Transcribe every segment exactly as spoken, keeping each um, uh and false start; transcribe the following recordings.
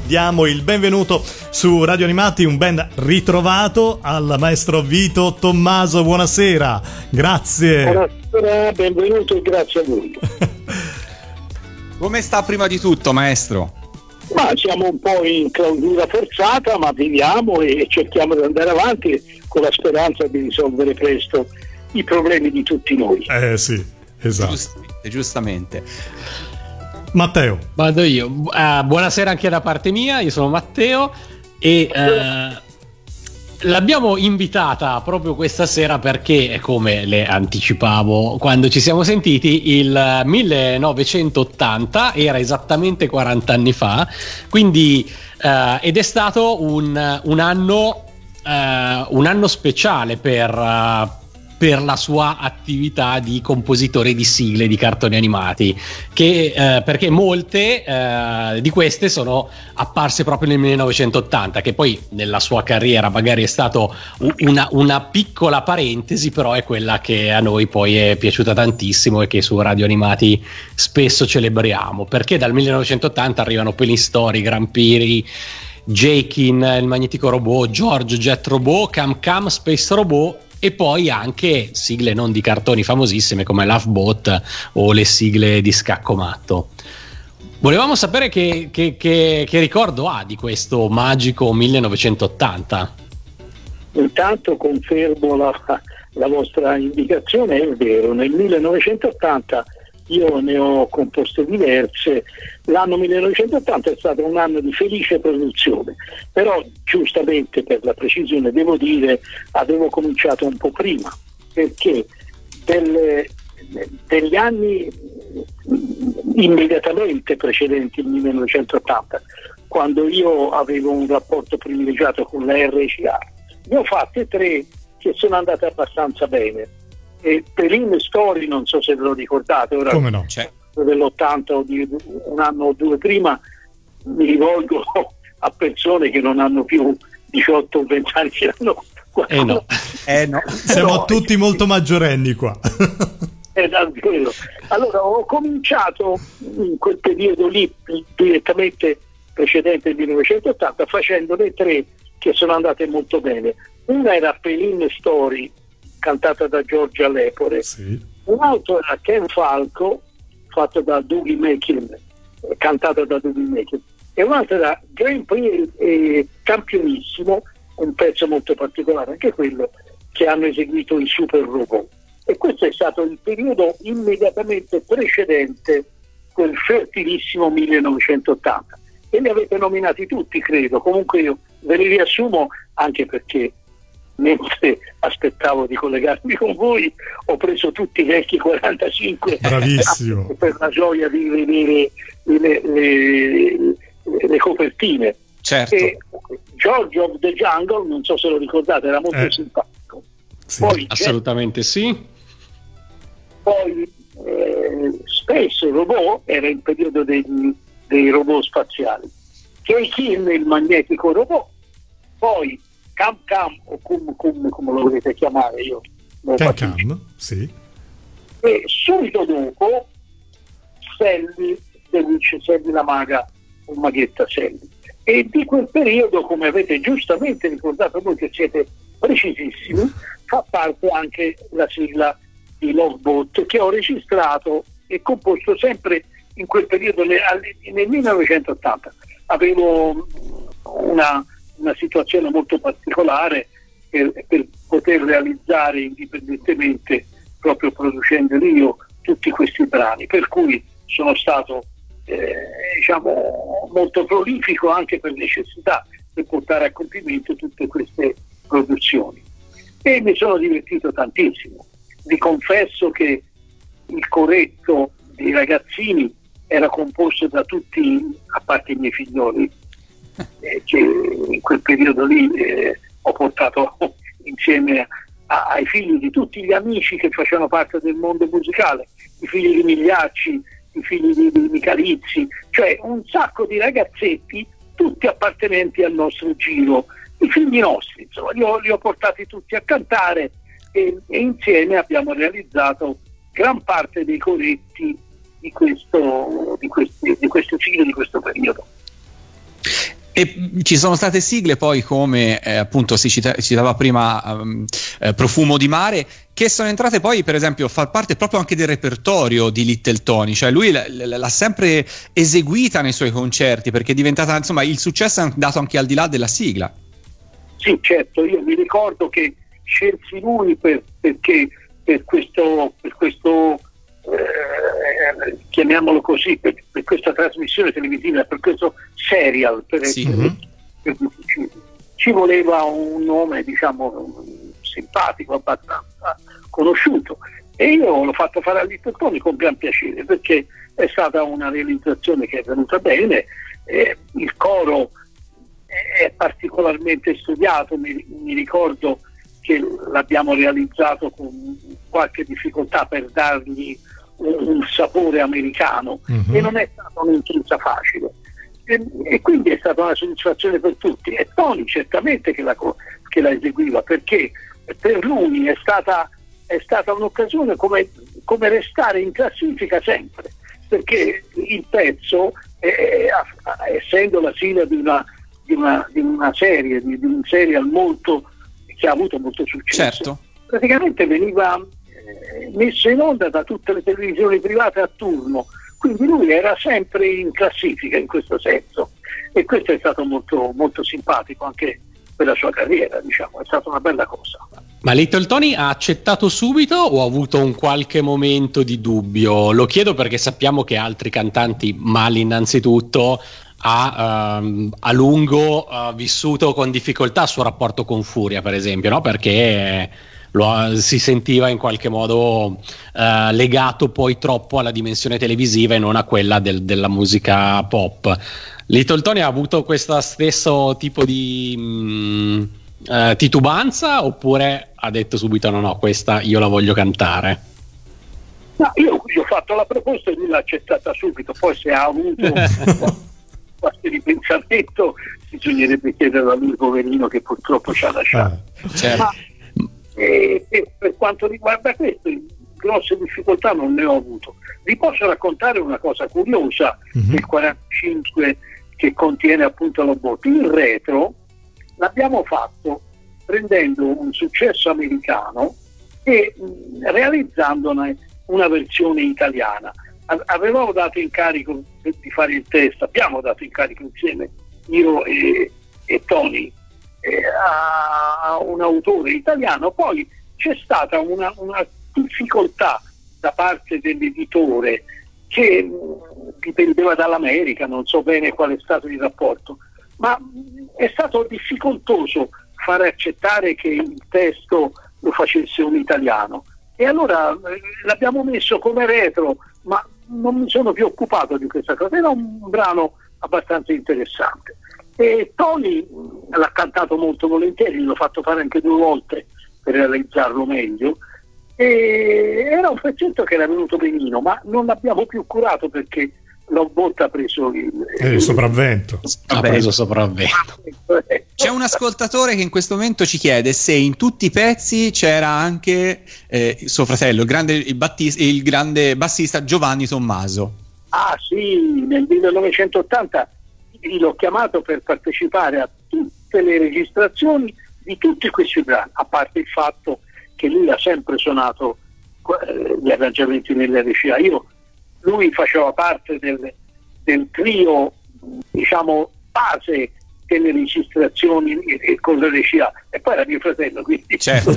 diamo il benvenuto su Radio Animati, un ben ritrovato al maestro Vito Tommaso. Buonasera, grazie. Buonasera, benvenuto e grazie a voi. Come sta prima di tutto, maestro? Ma siamo un po' in clausura forzata, ma viviamo e cerchiamo di andare avanti con la speranza di risolvere presto i problemi di tutti noi. Eh sì, esatto. Giustamente, giustamente. Matteo. Vado io. Uh, buonasera anche da parte mia, io sono Matteo e uh, l'abbiamo invitata proprio questa sera perché, come le anticipavo quando ci siamo sentiti, il millenovecentottanta era esattamente quaranta anni fa, quindi uh, ed è stato un, un anno uh, un anno speciale per uh, per la sua attività di compositore di sigle di cartoni animati, che eh, perché molte eh, di queste sono apparse proprio nel millenovecentottanta, che poi nella sua carriera magari è stato una, una piccola parentesi, però è quella che a noi poi è piaciuta tantissimo e che su Radio Animati spesso celebriamo, perché dal millenovecentottanta arrivano Penny Story, Grampiri, Jakin, il Magnetico Robot, George Jet Robot, Cam Cam Space Robot, e poi anche sigle non di cartoni famosissime come Lovebot o le sigle di Scacco Matto. Volevamo sapere che, che, che, che ricordo ha di questo magico millenovecentottanta. Intanto confermo la, la vostra indicazione, è vero, nel millenovecentottanta io ne ho composte diverse. L'anno millenovecentottanta è stato un anno di felice produzione, però giustamente, per la precisione devo dire, avevo cominciato un po' prima, perché delle, degli anni immediatamente precedenti il millenovecentottanta, quando io avevo un rapporto privilegiato con la R C A, ne ho fatte tre che sono andate abbastanza bene. E Pelin Story, non so se ve lo ricordate, ora come no? C'è. dell'ottanta o di un anno o due prima, mi rivolgo a persone che non hanno più diciotto o venti anni, che hanno eh no. eh no siamo no, tutti eh, molto maggiorenni qua. È davvero. Allora ho cominciato in quel periodo lì, direttamente precedente al millenovecentottanta, facendone tre che sono andate molto bene. Una era Pelin Story, cantata da Giorgia Lepore, sì. Un altro era Ken Falco, fatto da Dougie Mackin, cantata da Dougie Mackin, e un altro era Grand Prix e Campionissimo, un pezzo molto particolare, anche quello, che hanno eseguito i Super Robot. E questo è stato il periodo immediatamente precedente quel fertilissimo millenovecentottanta, e li avete nominati tutti, credo. Comunque io ve li riassumo, anche perché mentre aspettavo di collegarmi con voi ho preso tutti i vecchi quarantacinque. Bravissimo. Per la gioia di vedere le, le, le copertine. Certo. E George of the Jungle, non so se lo ricordate, era molto eh. simpatico. Sì. Poi Assolutamente sì. Poi eh, Space Robot era il periodo dei, dei robot spaziali. Jakin, il Magnetico Robot. Poi Cam Cam o Cum Cum, come lo volete chiamare, io Cam Cam, sì. E subito dopo Sally, The Witch, Sally la maga, o Maghetta Sally. E di quel periodo, come avete giustamente ricordato voi che siete precisissimi, fa parte anche la sigla di Lovebot, che ho registrato e composto sempre in quel periodo, nel millenovecentottanta. Avevo una una situazione molto particolare per, per poter realizzare indipendentemente, proprio producendoli io, tutti questi brani, per cui sono stato eh, diciamo molto prolifico anche per necessità, per portare a compimento tutte queste produzioni, e mi sono divertito tantissimo. Vi confesso che il coretto dei ragazzini era composto da tutti, a parte i miei figlioli, Eh, che in quel periodo lì eh, ho portato insieme a, ai figli di tutti gli amici che facevano parte del mondo musicale, i figli di Migliacci, i figli di, di Michalizzi, cioè un sacco di ragazzetti, tutti appartenenti al nostro giro, i figli nostri, insomma, li ho, li ho portati tutti a cantare e, e insieme abbiamo realizzato gran parte dei coretti di questo, di questi, di questo ciclo, di questo periodo. E ci sono state sigle poi come eh, appunto si cita- citava prima um, eh, Profumo di mare, che sono entrate poi per esempio a far parte proprio anche del repertorio di Little Tony, cioè lui l- l- l'ha sempre eseguita nei suoi concerti perché è diventata, insomma, il successo è andato anche al di là della sigla. Sì, certo, io mi ricordo che scelsi lui per, perché per questo, per questo eh, chiamiamolo così, per, per questa trasmissione televisiva, per questo serial, per, sì. per, mm-hmm. per, per, ci voleva un nome, diciamo, simpatico, abbastanza conosciuto, e io l'ho fatto fare a Little Tony con gran piacere, perché è stata una realizzazione che è venuta bene, eh, il coro è particolarmente studiato, mi, mi ricordo che l'abbiamo realizzato con qualche difficoltà per dargli un, un sapore americano, mm-hmm. e non è stata un'impresa facile, e, e quindi è stata una soddisfazione per tutti, e Tony certamente che la, che la eseguiva, perché per lui è stata, è stata un'occasione come, come restare in classifica sempre, perché il pezzo, eh, essendo la sigla di una Di una, di una serie, di, di un serial molto, che ha avuto molto successo, certo. praticamente veniva eh, messo in onda da tutte le televisioni private a turno, quindi lui era sempre in classifica in questo senso, e questo è stato molto, molto simpatico anche per la sua carriera, diciamo, è stata una bella cosa. Ma Little Tony ha accettato subito o ha avuto un qualche momento di dubbio? Lo chiedo perché sappiamo che altri cantanti, Mali innanzitutto, ha um, a lungo uh, vissuto con difficoltà il suo rapporto con Furia, per esempio, no? Perché lo, si sentiva in qualche modo uh, legato poi troppo alla dimensione televisiva e non a quella del, della musica pop. Little Tony ha avuto questo stesso tipo di mh, uh, titubanza, oppure ha detto subito no no, questa io la voglio cantare? No, io gli ho fatto la proposta e lui l'ha accettata subito, poi se ha avuto qualche ripensamento bisognerebbe chiedere a lui, poverino, che purtroppo ci ha lasciato. Ah, certo. Ma e, e per quanto riguarda questo, grosse difficoltà non ne ho avuto. Vi posso raccontare una cosa curiosa mm-hmm. del quarantacinque che contiene appunto lo botto. Il retro l'abbiamo fatto prendendo un successo americano e mh, realizzandone una versione italiana. Avevamo dato incarico di fare il testo, abbiamo dato incarico insieme io e, e Tony eh, a un autore italiano, poi c'è stata una, una difficoltà da parte dell'editore che mh, dipendeva dall'America, non so bene qual è stato il rapporto, ma mh, è stato difficoltoso far accettare che il testo lo facesse un italiano, e allora eh, l'abbiamo messo come retro, ma non mi sono più occupato di questa cosa, era un brano abbastanza interessante, e Tony l'ha cantato molto volentieri, l'ho fatto fare anche due volte per realizzarlo meglio, e era un pezzetto che era venuto benino, ma non l'abbiamo più curato perché Lobotta ha preso il, il, il sopravvento. Ha preso sopravvento. C'è un ascoltatore che in questo momento ci chiede se in tutti i pezzi c'era anche eh, suo fratello, il grande, il, battista, il grande bassista Giovanni Tommaso. Ah sì, nel millenovecentottanta l'ho chiamato per partecipare a tutte le registrazioni di tutti questi brani, a parte il fatto che lui ha sempre suonato eh, gli arrangiamenti nell'R C A. Io lui faceva parte del, del trio, diciamo, base delle registrazioni e, e con l'R C A, e poi era mio fratello, quindi certo.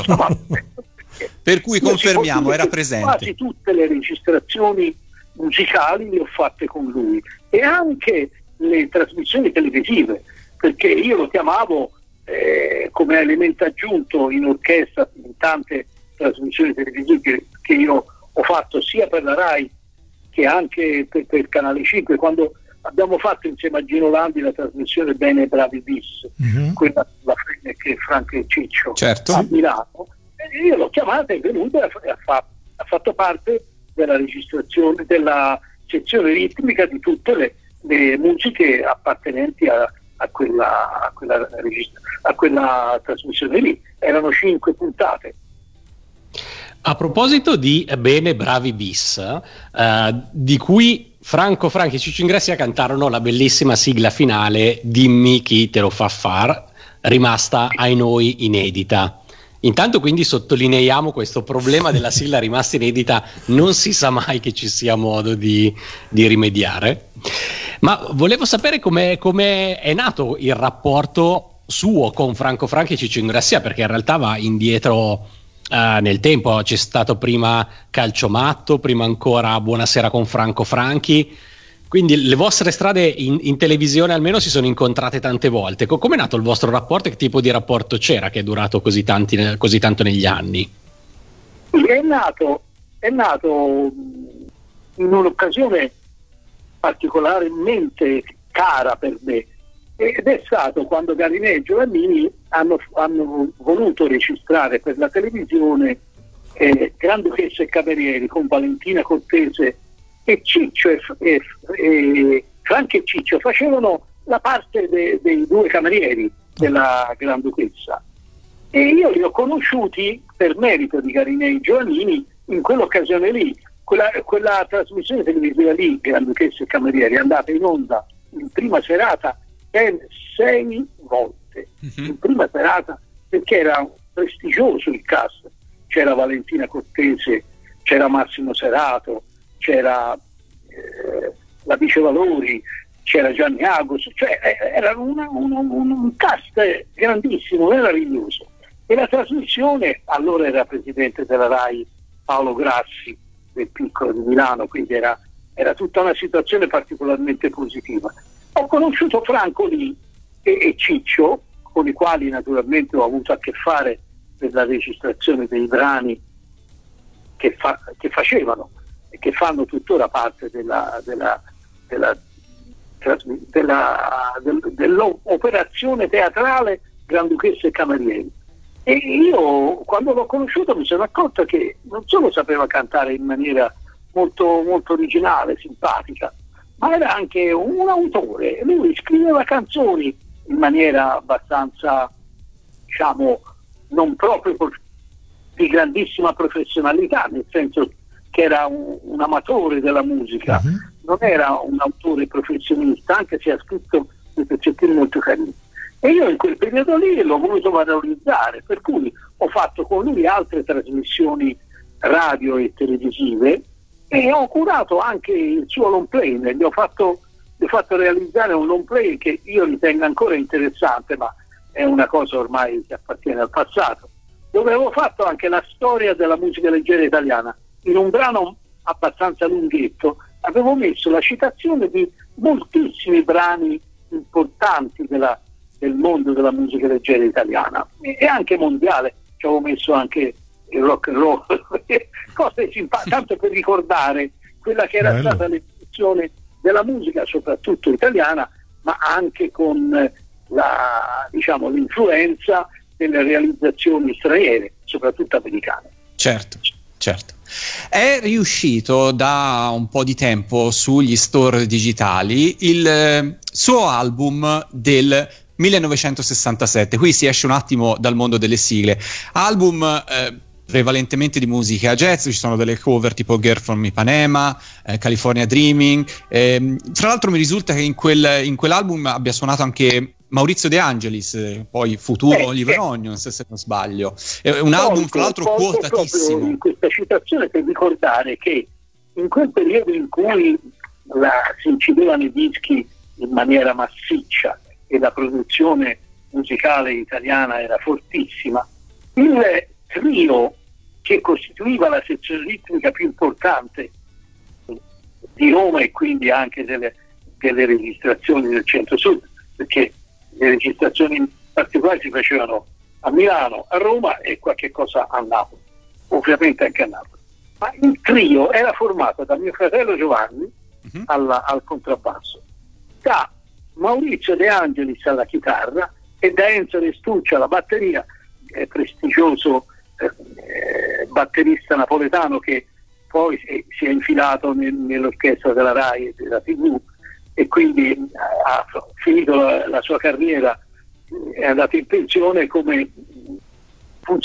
Per cui confermiamo, era presente. Quasi tutte le registrazioni musicali le ho fatte con lui, e anche le trasmissioni televisive, perché io lo chiamavo eh, come elemento aggiunto in orchestra in tante trasmissioni televisive che, che io ho fatto sia per la Rai che anche per, per Canale cinque, quando abbiamo fatto insieme a Gino Landi la trasmissione Bene Bravi Bis, mm-hmm. quella la che Franco e Ciccio certo. a Milano, e io l'ho chiamata, è venuta e ha, fatto, ha fatto parte della registrazione, della sezione ritmica di tutte le, le musiche appartenenti a, a, quella, a, quella registra- a quella trasmissione lì. Erano cinque puntate. A proposito di Bene Bravi Bis, eh, di cui Franco Franchi e Ciccio Ingrassia cantarono la bellissima sigla finale Dimmi chi te lo fa far, rimasta ai noi inedita. Intanto quindi sottolineiamo questo problema della sigla rimasta inedita, non si sa mai che ci sia modo di, di rimediare. Ma volevo sapere come è nato il rapporto suo con Franco Franchi e Ciccio Ingrassia, perché in realtà va indietro Uh, nel tempo. C'è stato prima Calciomatto, prima ancora Buonasera con Franco Franchi, quindi le vostre strade in, in televisione almeno si sono incontrate tante volte. Co- come è nato il vostro rapporto e che tipo di rapporto c'era che è durato così, tanti, così tanto negli anni? È nato, è nato in un'occasione particolarmente cara per me, ed è stato quando Garinè e Giovannini hanno, hanno voluto registrare per la televisione eh, Granduchessa e Camerieri con Valentina Cortese e Ciccio e, e, e Franchi e Ciccio facevano la parte de, dei due camerieri della Granduchessa, e io li ho conosciuti per merito di Garinè e Giovannini in quell'occasione lì. Quella, quella trasmissione televisiva lì, Granduchessa e Camerieri, è andata in onda in prima serata ben sei volte, uh-huh. in prima serata, perché era prestigioso il cast. C'era Valentina Cortese, c'era Massimo Serato, c'era eh, la Vice Valori, c'era Gianni Agus, cioè eh, era una, una, un, un cast grandissimo, meraviglioso. E la trasmissione, allora era presidente della RAI Paolo Grassi, del Piccolo di Milano, quindi era, era tutta una situazione particolarmente positiva. Ho conosciuto Franco lì e, e Ciccio, con i quali naturalmente ho avuto a che fare per la registrazione dei brani che, fa, che facevano e che fanno tuttora parte della, della, della, della, del, dell'operazione teatrale Granduchessa e Camerieri. E io, quando l'ho conosciuto, mi sono accorto che non solo sapeva cantare in maniera molto, molto originale, simpatica, ma era anche un autore. Lui scriveva canzoni in maniera abbastanza, diciamo, non proprio di grandissima professionalità, nel senso che era un, un amatore della musica, uh-huh. non era un autore professionista, anche se ha scritto dei pezzettini molto carini. E io in quel periodo lì l'ho voluto valorizzare, per cui ho fatto con lui altre trasmissioni radio e televisive, e ho curato anche il suo long play. Gli ho fatto, gli ho fatto realizzare un long play che io ritengo ancora interessante, ma è una cosa ormai che appartiene al passato, dove avevo fatto anche la storia della musica leggera italiana. In un brano abbastanza lunghetto avevo messo la citazione di moltissimi brani importanti della, del mondo della musica leggera italiana e, e anche mondiale. Ci avevo messo anche il rock and roll, cose simpatiche, tanto per ricordare quella che era Bello. stata l'evoluzione della musica, soprattutto italiana, ma anche con la, diciamo, l'influenza delle realizzazioni straniere, soprattutto americane. Certo, certo. È riuscito da un po' di tempo sugli store digitali il eh, suo album del millenovecentosessantasette. Qui si esce un attimo dal mondo delle sigle. Album eh, prevalentemente di musica jazz, ci sono delle cover tipo Girl from Ipanema, eh, California Dreaming. Eh, tra l'altro mi risulta che in, quel, in quell'album abbia suonato anche Maurizio De Angelis, eh, poi futuro eh, Oliver eh. Onions, se non sbaglio. È un Molto, album tra l'altro quotatissimo. In questa citazione per ricordare che in quel periodo in cui la, si incidevano i dischi in maniera massiccia e la produzione musicale italiana era fortissima, il trio che costituiva la sezione ritmica più importante di Roma e quindi anche delle, delle registrazioni del centro-sud, perché le registrazioni in particolare si facevano a Milano, a Roma e qualche cosa a Napoli, ovviamente anche a Napoli. Ma il trio era formato da mio fratello Giovanni uh-huh. alla, al contrabbasso, da Maurizio De Angelis alla chitarra e da Enzo Restuccia alla batteria, eh, prestigioso eh, batterista napoletano che poi si, si è infilato nel, nell'orchestra della RAI e della tivù e quindi ha finito la, la sua carriera, è andato in pensione come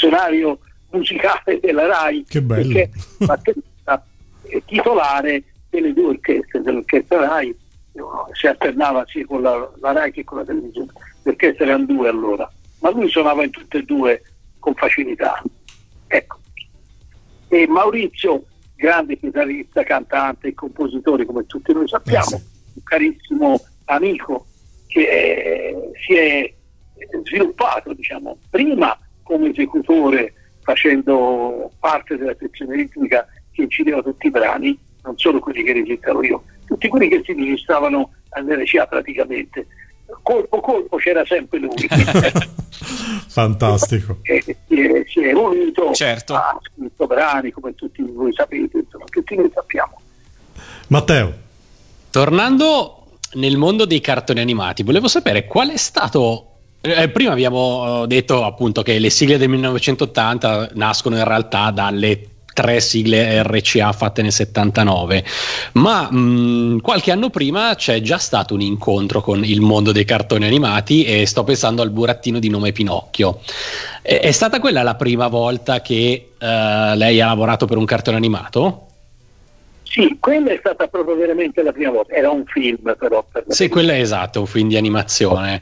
funzionario musicale della RAI, che bello. Perché batterista titolare delle due orchestre, dell'orchestra Rai, si alternava sia con la, la Rai che con la televisione. Le orchestre erano due allora, ma lui suonava in tutte e due con facilità. Ecco. E Maurizio, grande chitarrista, cantante e compositore, come tutti noi sappiamo, eh sì. un carissimo amico che eh, si è sviluppato, diciamo, prima come esecutore facendo parte della sezione ritmica che incideva tutti i brani, non solo quelli che registravo io, tutti quelli che si registravano all'R C A praticamente. Colpo colpo c'era sempre lui. Fantastico. E si è, si è evoluto, certo. Ha scritto brani come tutti voi sapete, insomma, tutti noi sappiamo. Matteo, tornando nel mondo dei cartoni animati, volevo sapere qual è stato. Eh, prima abbiamo detto appunto che le sigle del millenovecentottanta nascono in realtà dalle tre sigle R C A fatte nel settantanove, ma mh, qualche anno prima c'è già stato un incontro con il mondo dei cartoni animati, e sto pensando al burattino di nome Pinocchio. È, è stata quella la prima volta che uh, lei ha lavorato per un cartone animato? Sì, quella è stata proprio veramente la prima volta. Era un film però. Per sì, quello è esatto, un film di animazione.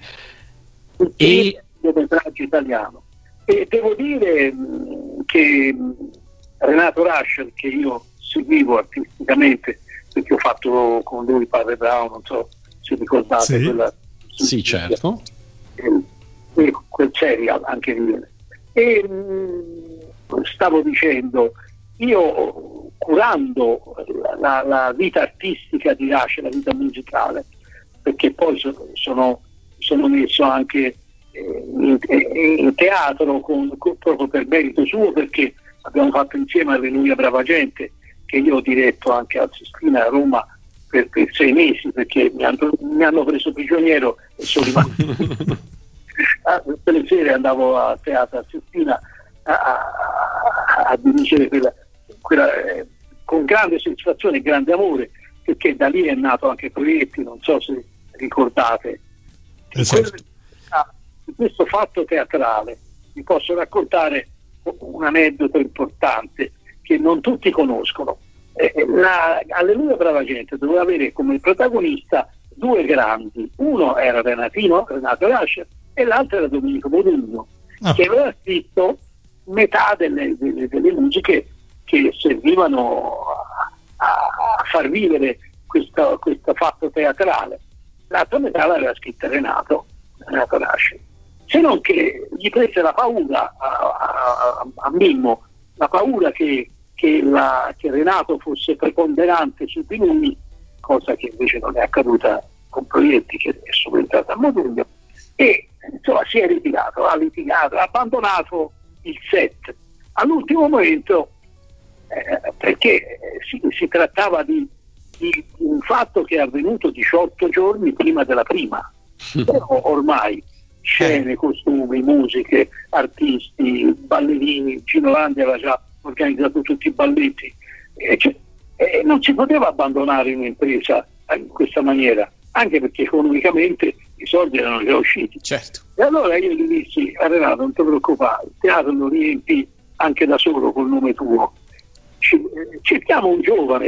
E metraggio italiano. E devo dire mh, che Renato Rascher, che io seguivo artisticamente perché ho fatto con lui Padre Brown, non so se ricordate, sì, quella, sì certo, e quel serial anche lì. E mh, stavo dicendo, io curando la, la vita artistica di Rascher, la vita musicale, perché poi so, sono, sono messo anche eh, in, in teatro con, con, proprio per merito suo, perché abbiamo fatto insieme Alleluia Brava Gente, che io ho diretto anche a Sistina a Roma per, per sei mesi, perché mi hanno, mi hanno preso prigioniero e sono rimasto. Tutte le sere andavo a teatro a Sistina a, a, a dirigere quella, quella eh, con grande soddisfazione e grande amore, perché da lì è nato anche Proietti, non so se ricordate. Esatto. Quello, di questo fatto teatrale vi posso raccontare un aneddoto importante che non tutti conoscono. Eh, la Alleluia Brava Gente doveva avere come protagonista due grandi, uno era Renatino, Renato Rascher, e l'altro era Domenico Modugno, ah. che aveva scritto metà delle, delle, delle musiche che servivano a, a far vivere questo, questo fatto teatrale. L'altra metà l'aveva scritta Renato, Renato Rascher. Se non che gli prese la paura a, a, a Mimmo, la paura che, che, la, che Renato fosse preponderante su di lui, cosa che invece non è accaduta con Proietti, che è subentrato a Modugno, e insomma si è ritirato, ha litigato, ha abbandonato il set all'ultimo momento, eh, perché si, si trattava di, di un fatto che è avvenuto diciotto giorni prima della prima. Però ormai scene, costumi, musiche, artisti, ballerini, Gino Landi aveva già organizzato tutti i balletti, e, cioè, e non si poteva abbandonare un'impresa in questa maniera, anche perché economicamente i soldi erano già usciti. Certo. E allora io gli dissi a Renato: non ti preoccupare, il teatro lo riempi anche da solo col nome tuo, cerchiamo un giovane,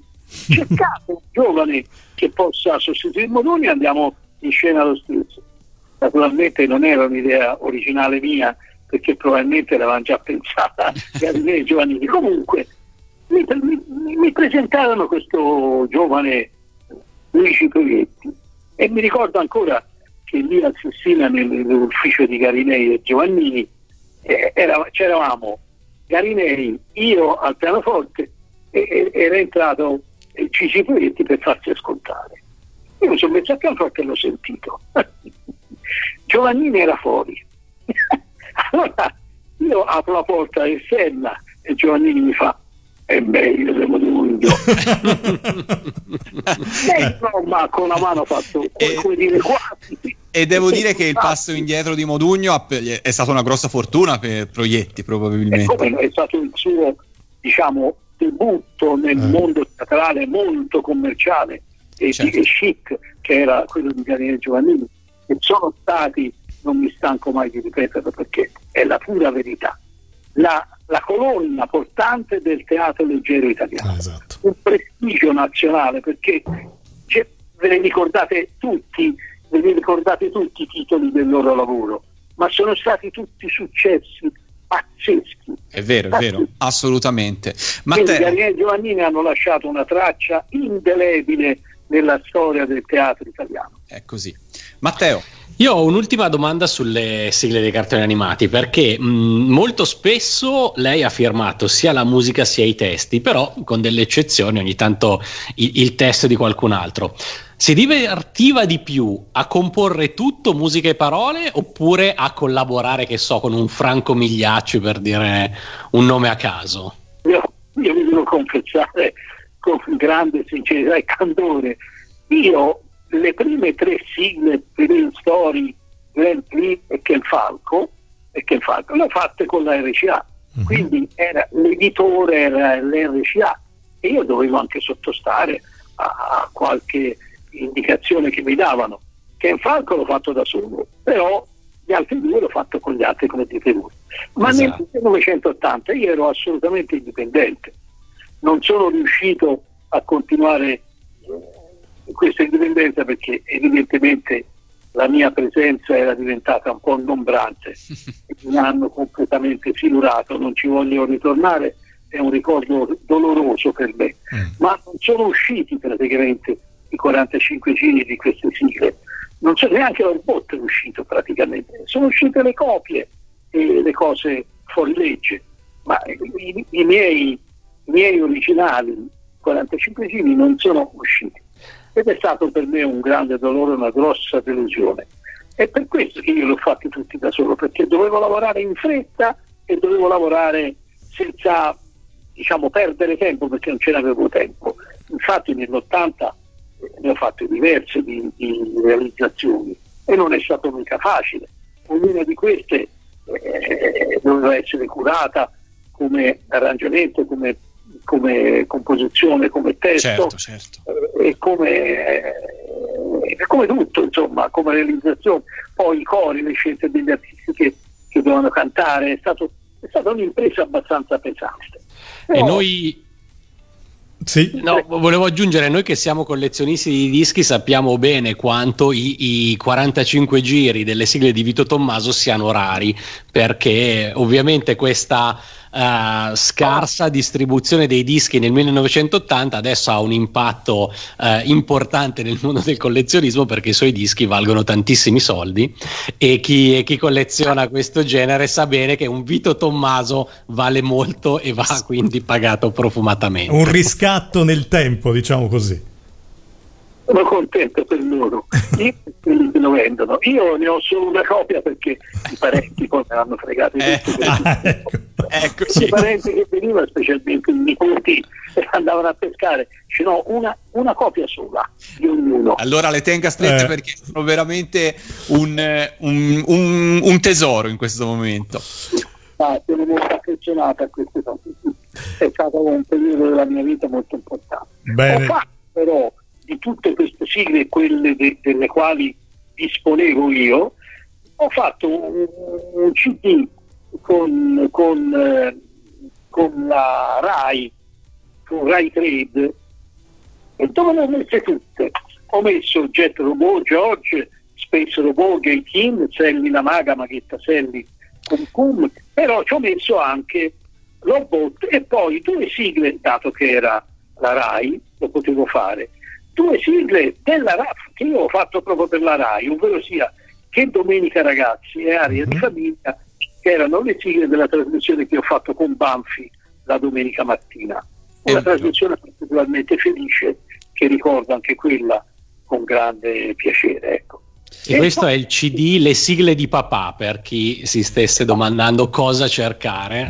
cercate un giovane che possa sostituire Modugno e andiamo in scena lo stesso. Naturalmente non era un'idea originale mia, perché probabilmente l'avevano già pensata Garinei e Giovannini. Comunque mi, mi, mi presentarono questo giovane Luigi Proietti, e mi ricordo ancora che lì a Sistina, nell'ufficio di Garinei e Giovannini, eh, era, c'eravamo Garinei, io al pianoforte, e, e era entrato Cici Proietti per farsi ascoltare. Io mi sono messo al pianoforte e l'ho sentito. Giovannini era fuori. Allora io apro la porta esterna e Giovannini mi fa: è meglio se Modugno. E insomma con la mano ha fatto e, come dire quasi. E devo dire che il passo indietro di Modugno è stata una grossa fortuna per Proietti, probabilmente. È, è stato il suo, diciamo, debutto nel eh. mondo teatrale molto commerciale e, certo. e chic, che era quello di Garinei Giovannini, che sono stati, non mi stanco mai di ripeterlo perché è la pura verità, la la colonna portante del teatro leggero italiano. Ah, esatto. Un prestigio nazionale, perché ve ne ricordate tutti, ve ne ricordate tutti i titoli del loro lavoro, ma sono stati tutti successi pazzeschi. È vero, è vero, assolutamente. Ma Quindi te... Gabriele e Giovannini hanno lasciato una traccia indelebile nella storia del teatro italiano. È così. Matteo. Io ho un'ultima domanda sulle sigle dei cartoni animati, perché mh, molto spesso lei ha firmato sia la musica sia i testi, però con delle eccezioni, ogni tanto il, il testo di qualcun altro. Si divertiva di più a comporre tutto, musica e parole, oppure a collaborare, che so, con un Franco Migliacci, per dire un nome a caso? Io, io vi devo confessare con grande sincerità e candore, io le prime tre sigle, Green Story, Grand Prix e Ken Falco, e Ken Falco le ho fatte con la R C A, mm-hmm. Quindi era, l'editore era l'R C A e io dovevo anche sottostare a, a qualche indicazione che mi davano. Ken Falco l'ho fatto da solo, però gli altri due l'ho fatto con gli altri, come dite voi. Ma esatto. Nel millenovecentottanta io ero assolutamente indipendente, non sono riuscito a continuare questa indipendenza perché evidentemente la mia presenza era diventata un po' ingombrante, mi hanno completamente silurato, non ci voglio ritornare, è un ricordo doloroso per me, mm. ma non sono usciti praticamente i quarantacinque giri di queste sigle, non c'è neanche l'orbot è uscito praticamente, sono uscite le copie e le cose fuori legge, ma i, i, miei, i miei originali quarantacinque giri non sono usciti. Ed è stato per me un grande dolore, una grossa delusione. È per questo che io l'ho fatti tutti da solo, perché dovevo lavorare in fretta e dovevo lavorare senza, diciamo, perdere tempo, perché non ce n'avevo tempo. Infatti nell'ottanta ne ho fatte diverse di, di realizzazioni e non è stato mica facile. Ognuna di queste eh, doveva essere curata come arrangiamento, come come composizione, come testo, certo, certo. e come, eh, come tutto, insomma, come realizzazione. Poi i cori, le scelte degli artisti che, che dovevano cantare, è, stato, è stata un'impresa abbastanza pesante. Però, e noi... Sì. No, volevo aggiungere, noi che siamo collezionisti di dischi sappiamo bene quanto i, i quarantacinque giri delle sigle di Vito Tommaso siano rari, perché ovviamente questa uh, scarsa distribuzione dei dischi nel millenovecentottanta adesso ha un impatto uh, importante nel mondo del collezionismo, perché i suoi dischi valgono tantissimi soldi e chi, e chi colleziona questo genere sa bene che un Vito Tommaso vale molto e va quindi pagato profumatamente. Un riscatto nel tempo, diciamo così. Sono contento per loro, io lo vendono. Io ne ho solo una copia perché i parenti poi me l'hanno fregato. Eh, ah, ecco. ecco, I parenti che venivano, specialmente i nipoti, andavano a pescare, ce n'ho una, una copia sola di ognuno. Allora le tenga strette eh. perché sono veramente un, un, un, un tesoro in questo momento. Ah, sono molto affezionato a queste cose. È stato un periodo della mia vita molto importante. Bene. Ho fatto però di tutte queste sigle, quelle de- delle quali disponevo io, ho fatto un, un C D con, con, eh, con la Rai, con Rai Trade, e dove le ho messe tutte. Ho messo Jet Robot, George, Space Robot, Gay King, Selly la Maga, Maghetta Selly, Cum Cum, però ci ho messo anche Robot e poi due sigle, dato che era la Rai, lo potevo fare, due sigle della Rai che io ho fatto proprio per la Rai, ovvero sia Che Domenica Ragazzi e Aria mm-hmm. di Famiglia, che erano le sigle della trasmissione che ho fatto con Banfi la domenica mattina. Una trasmissione particolarmente felice che ricordo anche quella con grande piacere, ecco. E, e questo poi... è il C D Le sigle di papà, per chi si stesse domandando cosa cercare.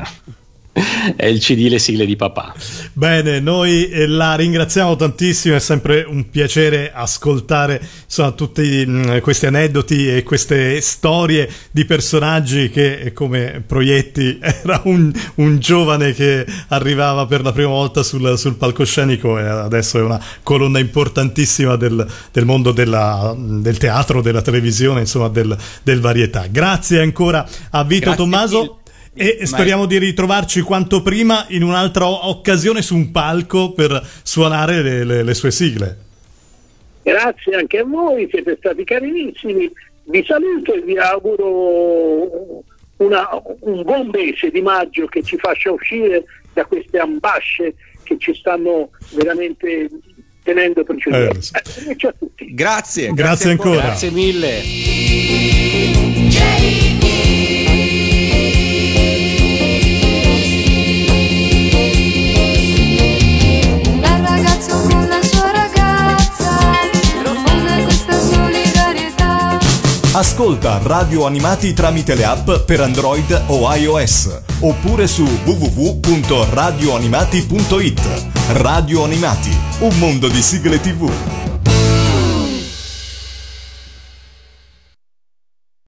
È il C D Le sigle di papà. Bene, noi la ringraziamo tantissimo, è sempre un piacere ascoltare insomma tutti mh, questi aneddoti e queste storie di personaggi che come Proietti era un, un giovane che arrivava per la prima volta sul, sul palcoscenico e adesso è una colonna importantissima del, del mondo della, del teatro, della televisione, insomma del, del varietà. Grazie ancora a Vito Grazie Tommaso mille. E speriamo di ritrovarci quanto prima in un'altra occasione su un palco per suonare le, le, le sue sigle. Grazie anche a voi, siete stati carinissimi. Vi saluto e vi auguro una, un buon mese di maggio che ci faccia uscire da queste ambasce che ci stanno veramente tenendo prigionieri. Eh, a tutti. Grazie, grazie, grazie ancora. Grazie mille. Un ragazzo con la sua ragazza, profonda questa solidarietà. Ascolta Radio Animati tramite le app per Android o iOS oppure su w w w punto radio animati punto it. Radio Animati, un mondo di sigle tivù.